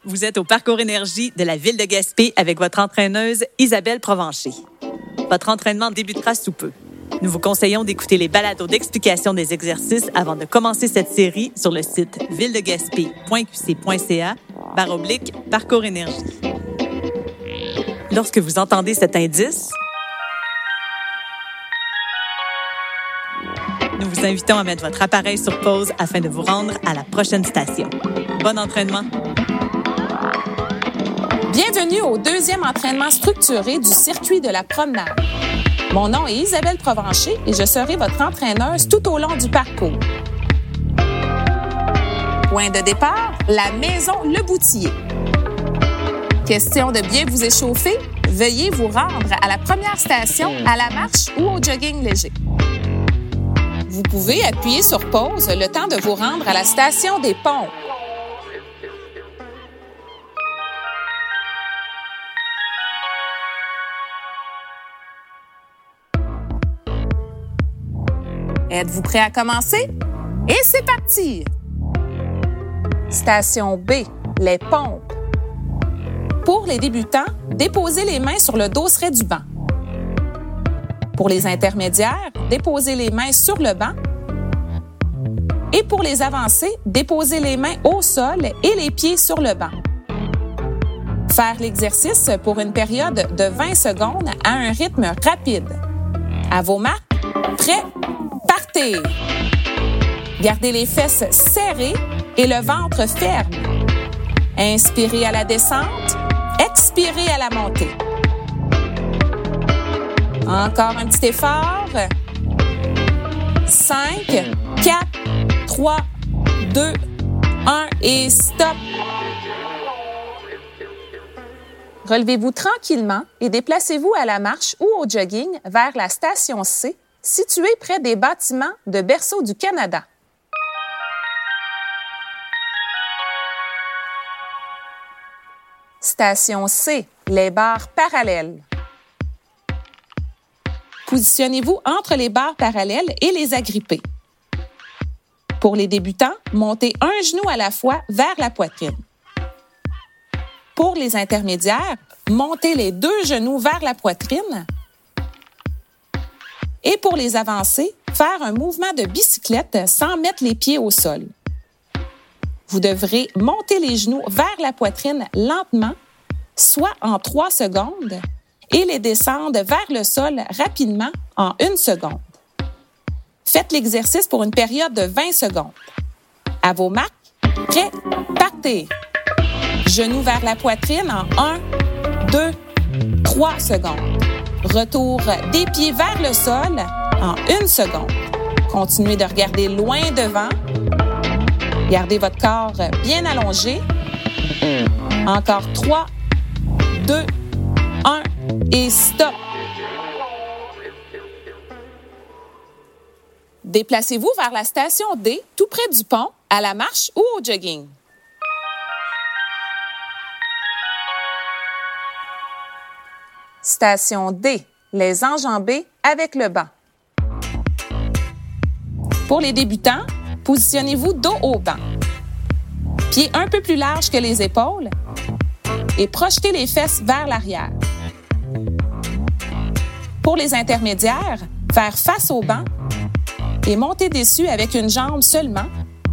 Vous êtes au Parcours Énergie de la Ville de Gaspé avec votre entraîneuse Isabelle Provencher. Votre entraînement débutera sous peu. Nous vous conseillons d'écouter les balados d'explication des exercices avant de commencer cette série sur le site villedegaspé.qc.ca/Parcours Énergie. Lorsque vous entendez cet indice, nous vous invitons à mettre votre appareil sur pause afin de vous rendre à la prochaine station. Bon entraînement! Bienvenue au deuxième entraînement structuré du circuit de la promenade. Mon nom est Isabelle Provencher et je serai votre entraîneuse tout au long du parcours. Point de départ, la maison Le Boutillier. Question de bien vous échauffer, veuillez vous rendre à la première station à la marche ou au jogging léger. Vous pouvez appuyer sur pause le temps de vous rendre à la station des Pompes. Êtes-vous prêt à commencer? Et c'est parti! Station B, les pompes. Pour les débutants, déposez les mains sur le dosseret du banc. Pour les intermédiaires, déposez les mains sur le banc. Et pour les avancés, déposez les mains au sol et les pieds sur le banc. Faire l'exercice pour une période de 20 secondes à un rythme rapide. À vos marques, prêts? Partez! Gardez les fesses serrées et le ventre ferme. Inspirez à la descente, expirez à la montée. Encore un petit effort. 5, 4, 3, 2, 1 et stop! Relevez-vous tranquillement et déplacez-vous à la marche ou au jogging vers la station C, située près des bâtiments de Berceau du Canada. Station C, les barres parallèles. Positionnez-vous entre les barres parallèles et les agrippez. Pour les débutants, montez un genou à la fois vers la poitrine. Pour les intermédiaires, montez les deux genoux vers la poitrine. Et pour les avancés, faire un mouvement de bicyclette sans mettre les pieds au sol. Vous devrez monter les genoux vers la poitrine lentement, soit en 3 secondes, et les descendre vers le sol rapidement en 1 seconde. Faites l'exercice pour une période de 20 secondes. À vos marques, prêts, partez! Genoux vers la poitrine en 1, 2, 3 secondes. Retour des pieds vers le sol en 1 seconde. Continuez de regarder loin devant. Gardez votre corps bien allongé. Encore 3, 2, 1 et stop. Déplacez-vous vers la station D, tout près du pont, à la marche ou au jogging. Station D, les enjambées avec le banc. Pour les débutants, positionnez-vous dos au banc. Pieds un peu plus larges que les épaules et projetez les fesses vers l'arrière. Pour les intermédiaires, faire face au banc et monter dessus avec une jambe seulement.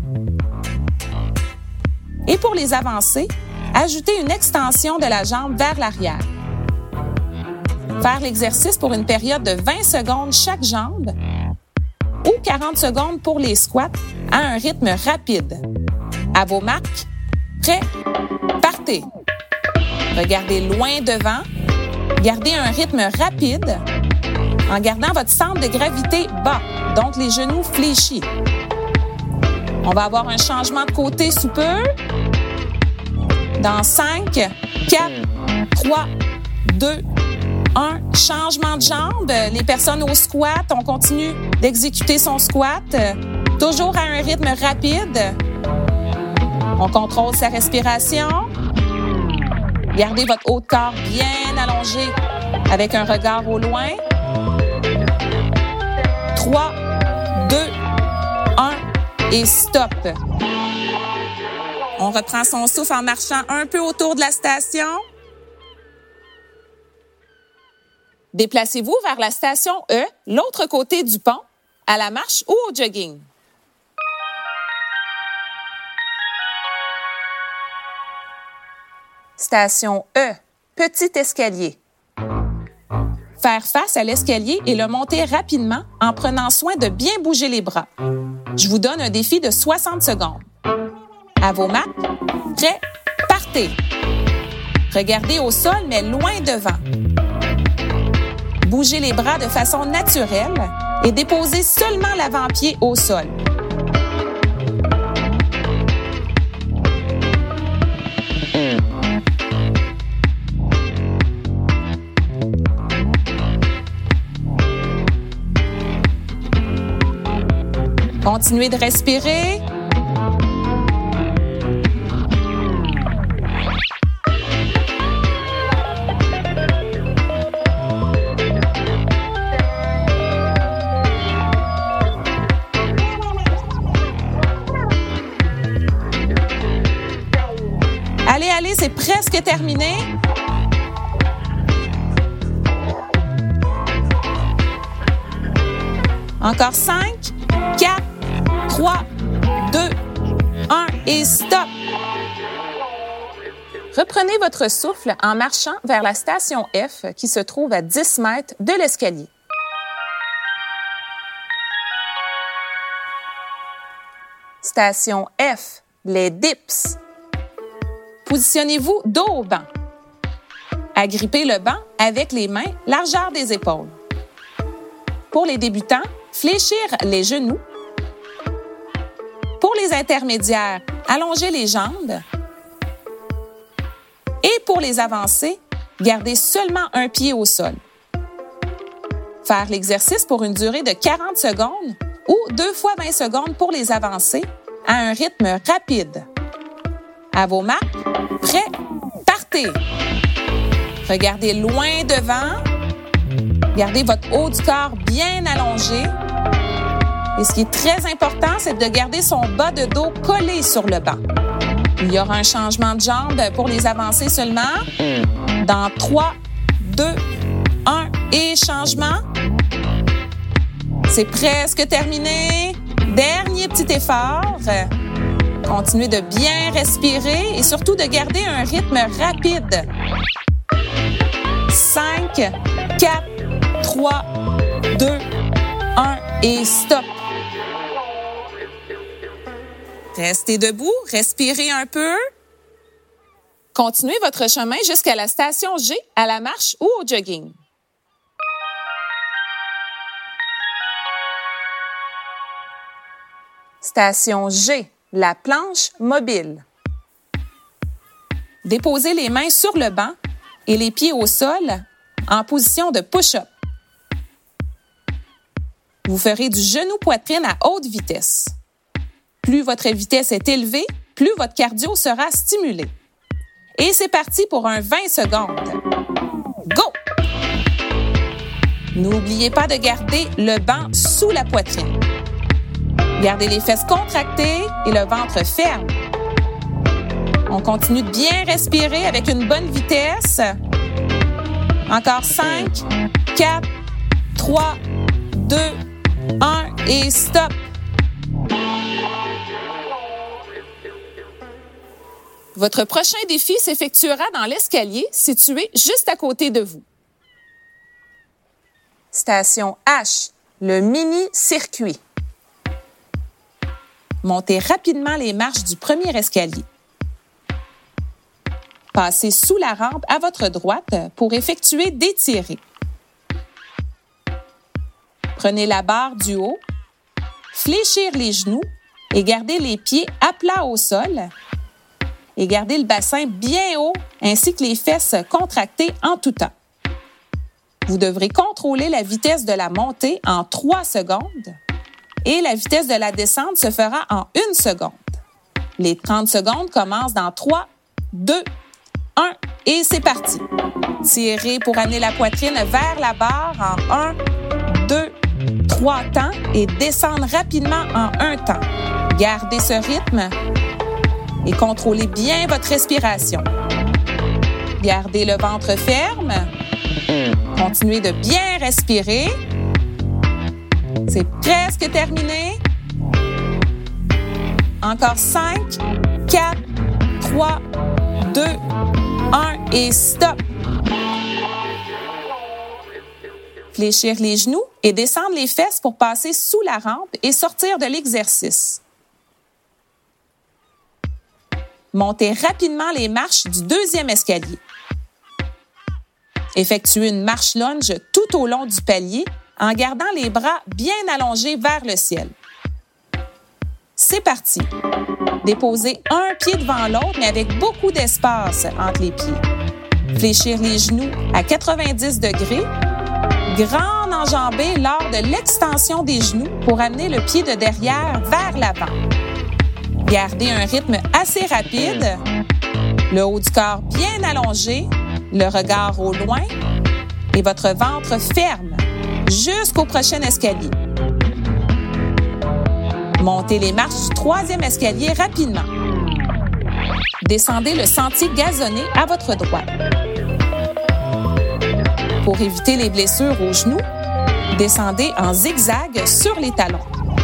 Et pour les avancés, ajoutez une extension de la jambe vers l'arrière. Faire l'exercice pour une période de 20 secondes chaque jambe ou 40 secondes pour les squats à un rythme rapide. À vos marques, prêts, partez! Regardez loin devant, gardez un rythme rapide en gardant votre centre de gravité bas, donc les genoux fléchis. On va avoir un changement de côté sous peu. Dans 5, 4, 3, 2, 1, changement de jambe. Les personnes au squat, on continue d'exécuter son squat, toujours à un rythme rapide. On contrôle sa respiration. Gardez votre haut de corps bien allongé avec un regard au loin. 3, 2, 1 et stop. On reprend son souffle en marchant un peu autour de la station. Déplacez-vous vers la station E, l'autre côté du pont, à la marche ou au jogging. Station E, petit escalier. Faire face à l'escalier et le monter rapidement en prenant soin de bien bouger les bras. Je vous donne un défi de 60 secondes. À vos marques, prêts, partez. Regardez au sol, mais loin devant. Bougez les bras de façon naturelle et déposez seulement l'avant-pied au sol. Continuez de respirer. Allez, c'est presque terminé. Encore 5, 4, 3, 2, 1 et stop! Reprenez votre souffle en marchant vers la station F qui se trouve à 10 mètres de l'escalier. Station F, les dips. Positionnez-vous dos au banc. Agrippez le banc avec les mains, largeur des épaules. Pour les débutants, fléchir les genoux. Pour les intermédiaires, allongez les jambes. Et pour les avancés, gardez seulement un pied au sol. Faire l'exercice pour une durée de 40 secondes ou 2 fois 20 secondes pour les avancés à un rythme rapide. À vos marques, prêts, partez! Regardez loin devant. Gardez votre haut du corps bien allongé. Et ce qui est très important, c'est de garder son bas de dos collé sur le banc. Il y aura un changement de jambe pour les avancées seulement. Dans 3, 2, 1 et changement. C'est presque terminé. Dernier petit effort. Continuez de bien respirer et surtout de garder un rythme rapide. 5, 4, 3, 2, 1 et stop. Restez debout, respirez un peu. Continuez votre chemin jusqu'à la station G, à la marche ou au jogging. Station G, la planche mobile. Déposez les mains sur le banc et les pieds au sol en position de push-up. Vous ferez du genou-poitrine à haute vitesse. Plus votre vitesse est élevée, plus votre cardio sera stimulé. Et c'est parti pour un 20 secondes. Go! N'oubliez pas de garder le banc sous la poitrine. Gardez les fesses contractées et le ventre ferme. On continue de bien respirer avec une bonne vitesse. Encore 5, 4, 3, 2, 1 et stop. Votre prochain défi s'effectuera dans l'escalier situé juste à côté de vous. Station H, le mini-circuit. Montez rapidement les marches du premier escalier. Passez sous la rampe à votre droite pour effectuer des tirées. Prenez la barre du haut, fléchir les genoux et gardez les pieds à plat au sol et gardez le bassin bien haut ainsi que les fesses contractées en tout temps. Vous devrez contrôler la vitesse de la montée en 3 secondes et la vitesse de la descente se fera en 1 seconde. Les 30 secondes commencent dans 3, 2, 1 et c'est parti. Tirez pour amener la poitrine vers la barre en 1, 2, 3 temps et descendre rapidement en 1 temps. Gardez ce rythme et contrôlez bien votre respiration. Gardez le ventre ferme. Continuez de bien respirer. C'est presque terminé. Encore 5, 4, 3, 2, 1 et stop. Fléchir les genoux et descendre les fesses pour passer sous la rampe et sortir de l'exercice. Montez rapidement les marches du deuxième escalier. Effectuez une marche lunge tout au long du palier en gardant les bras bien allongés vers le ciel. C'est parti! Déposez un pied devant l'autre, mais avec beaucoup d'espace entre les pieds. Fléchir les genoux à 90 degrés. Grande enjambée lors de l'extension des genoux pour amener le pied de derrière vers l'avant. Gardez un rythme assez rapide, le haut du corps bien allongé, le regard au loin et votre ventre ferme jusqu'au prochain escalier. Montez les marches du troisième escalier rapidement. Descendez le sentier gazonné à votre droite. Pour éviter les blessures aux genoux, descendez en zigzag sur les talons.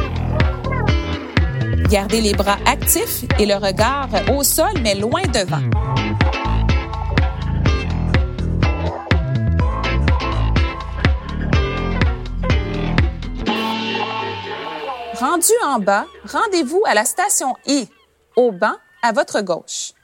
Gardez les bras actifs et le regard au sol, mais loin devant. Rendu en bas, rendez-vous à la station I, au banc à votre gauche.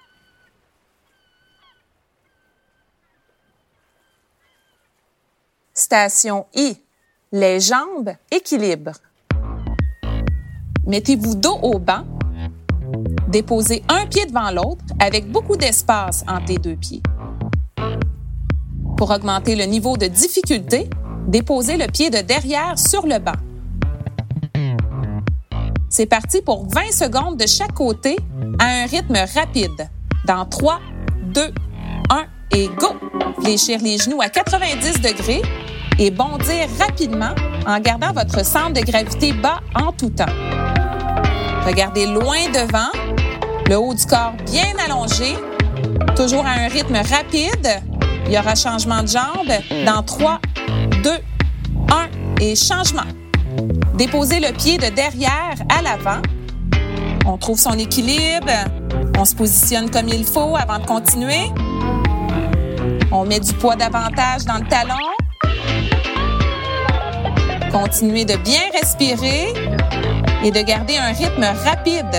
Station I, les jambes, équilibre. Mettez-vous dos au banc. Déposez un pied devant l'autre avec beaucoup d'espace entre les deux pieds. Pour augmenter le niveau de difficulté, déposez le pied de derrière sur le banc. C'est parti pour 20 secondes de chaque côté à un rythme rapide. Dans 3, 2, 1 et go! Fléchir les genoux à 90 degrés et bondir rapidement en gardant votre centre de gravité bas en tout temps. Regardez loin devant, le haut du corps bien allongé, toujours à un rythme rapide. Il y aura changement de jambe dans 3, 2, 1 et changement. Déposez le pied de derrière à l'avant. On trouve son équilibre. On se positionne comme il faut avant de continuer. On met du poids davantage dans le talon. Continuez de bien respirer et de garder un rythme rapide.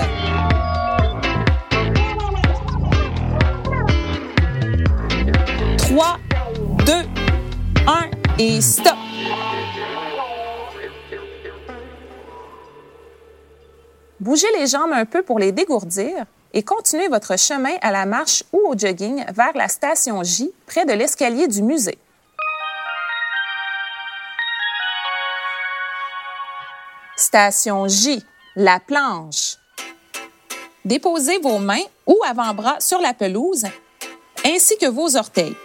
Trois, 2, 1 et stop. Bougez les jambes un peu pour les dégourdir et continuez votre chemin à la marche ou au jogging vers la station J, près de l'escalier du musée. Station J, la planche. Déposez vos mains ou avant-bras sur la pelouse, ainsi que vos orteils.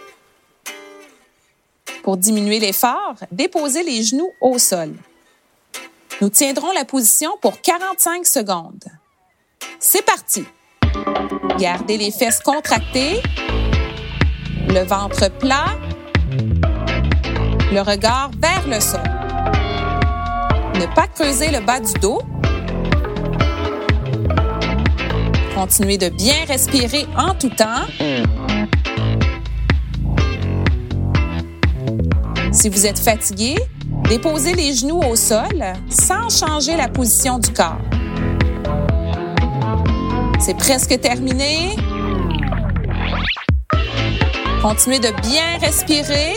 Pour diminuer l'effort, déposez les genoux au sol. Nous tiendrons la position pour 45 secondes. C'est parti! Gardez les fesses contractées, le ventre plat, le regard vers le sol. Ne pas creuser le bas du dos. Continuez de bien respirer en tout temps. Si vous êtes fatigué, déposez les genoux au sol sans changer la position du corps. C'est presque terminé. Continuez de bien respirer.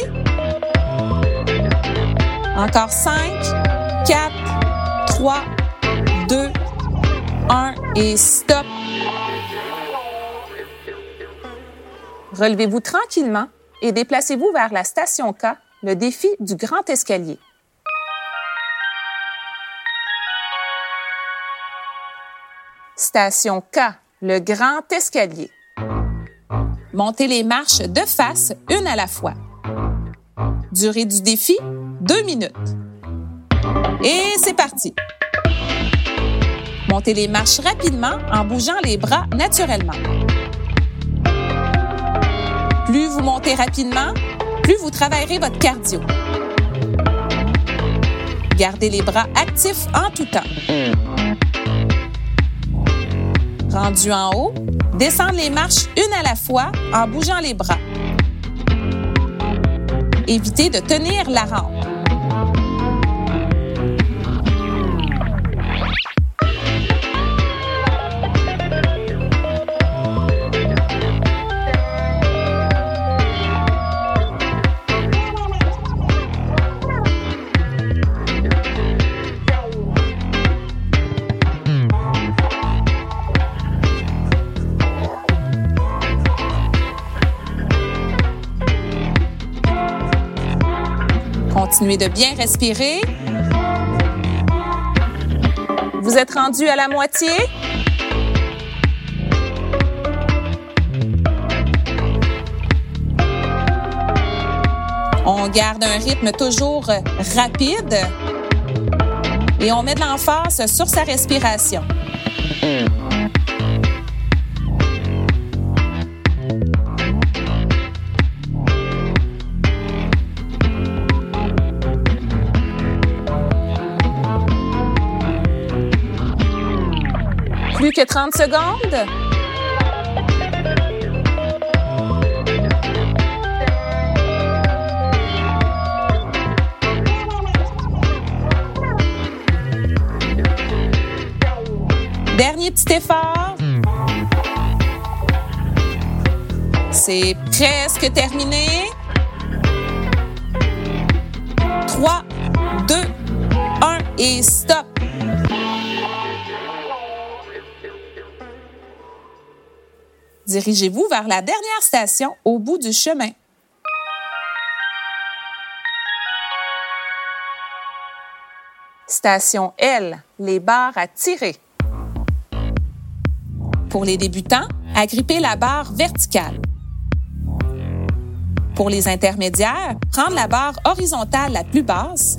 Encore 5, 4, 3, 2, 1 et stop. Relevez-vous tranquillement et déplacez-vous vers la station K, le défi du grand escalier. Station K, le grand escalier. Montez les marches de face, une à la fois. Durée du défi, 2 minutes. Et c'est parti. Montez les marches rapidement en bougeant les bras naturellement. Plus vous montez rapidement, plus vous travaillerez votre cardio. Gardez les bras actifs en tout temps. Rendu en haut, descendez les marches une à la fois en bougeant les bras. Évitez de tenir la rampe. Continuez de bien respirer. Vous êtes rendu à la moitié. On garde un rythme toujours rapide et on met de l'emphase sur sa respiration. Plus que 30 secondes. Dernier petit effort. C'est presque terminé. 3, 2, 1 et stop. Dirigez-vous vers la dernière station au bout du chemin. Station L, les barres à tirer. Pour les débutants, agrippez la barre verticale. Pour les intermédiaires, prendre la barre horizontale la plus basse.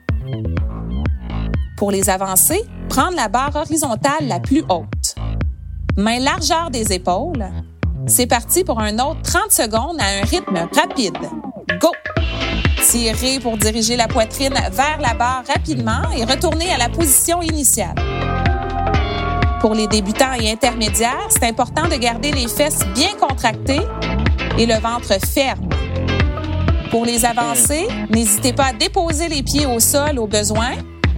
Pour les avancés, prendre la barre horizontale la plus haute. Main largeur des épaules. C'est parti pour un autre 30 secondes à un rythme rapide. Go! Tirez pour diriger la poitrine vers la barre rapidement et retournez à la position initiale. Pour les débutants et intermédiaires, c'est important de garder les fesses bien contractées et le ventre ferme. Pour les avancés, n'hésitez pas à déposer les pieds au sol au besoin.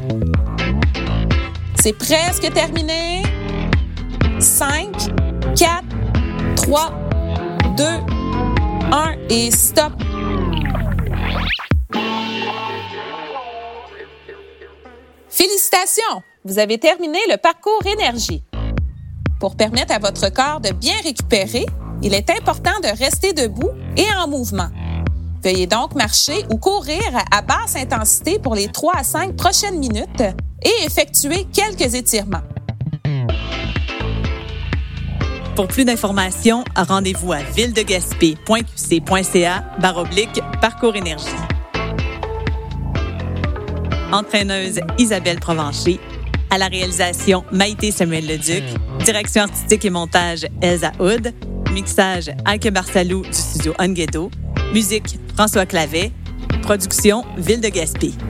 C'est presque terminé. 5, 4, 3, 2, 1 et stop. Félicitations! Vous avez terminé le parcours énergie. Pour permettre à votre corps de bien récupérer, il est important de rester debout et en mouvement. Veuillez donc marcher ou courir à basse intensité pour les 3 à 5 prochaines minutes et effectuer quelques étirements. Pour plus d'informations, rendez-vous à villedegaspé.qc.ca/parcours énergie. Entraîneuse Isabelle Provencher. À la réalisation, Maïté Samuel-Leduc. Direction artistique et montage, Elsa Hood. Mixage, Alke Barsalou du studio Onguedo. Musique, François Clavet. Production, Ville de Gaspé.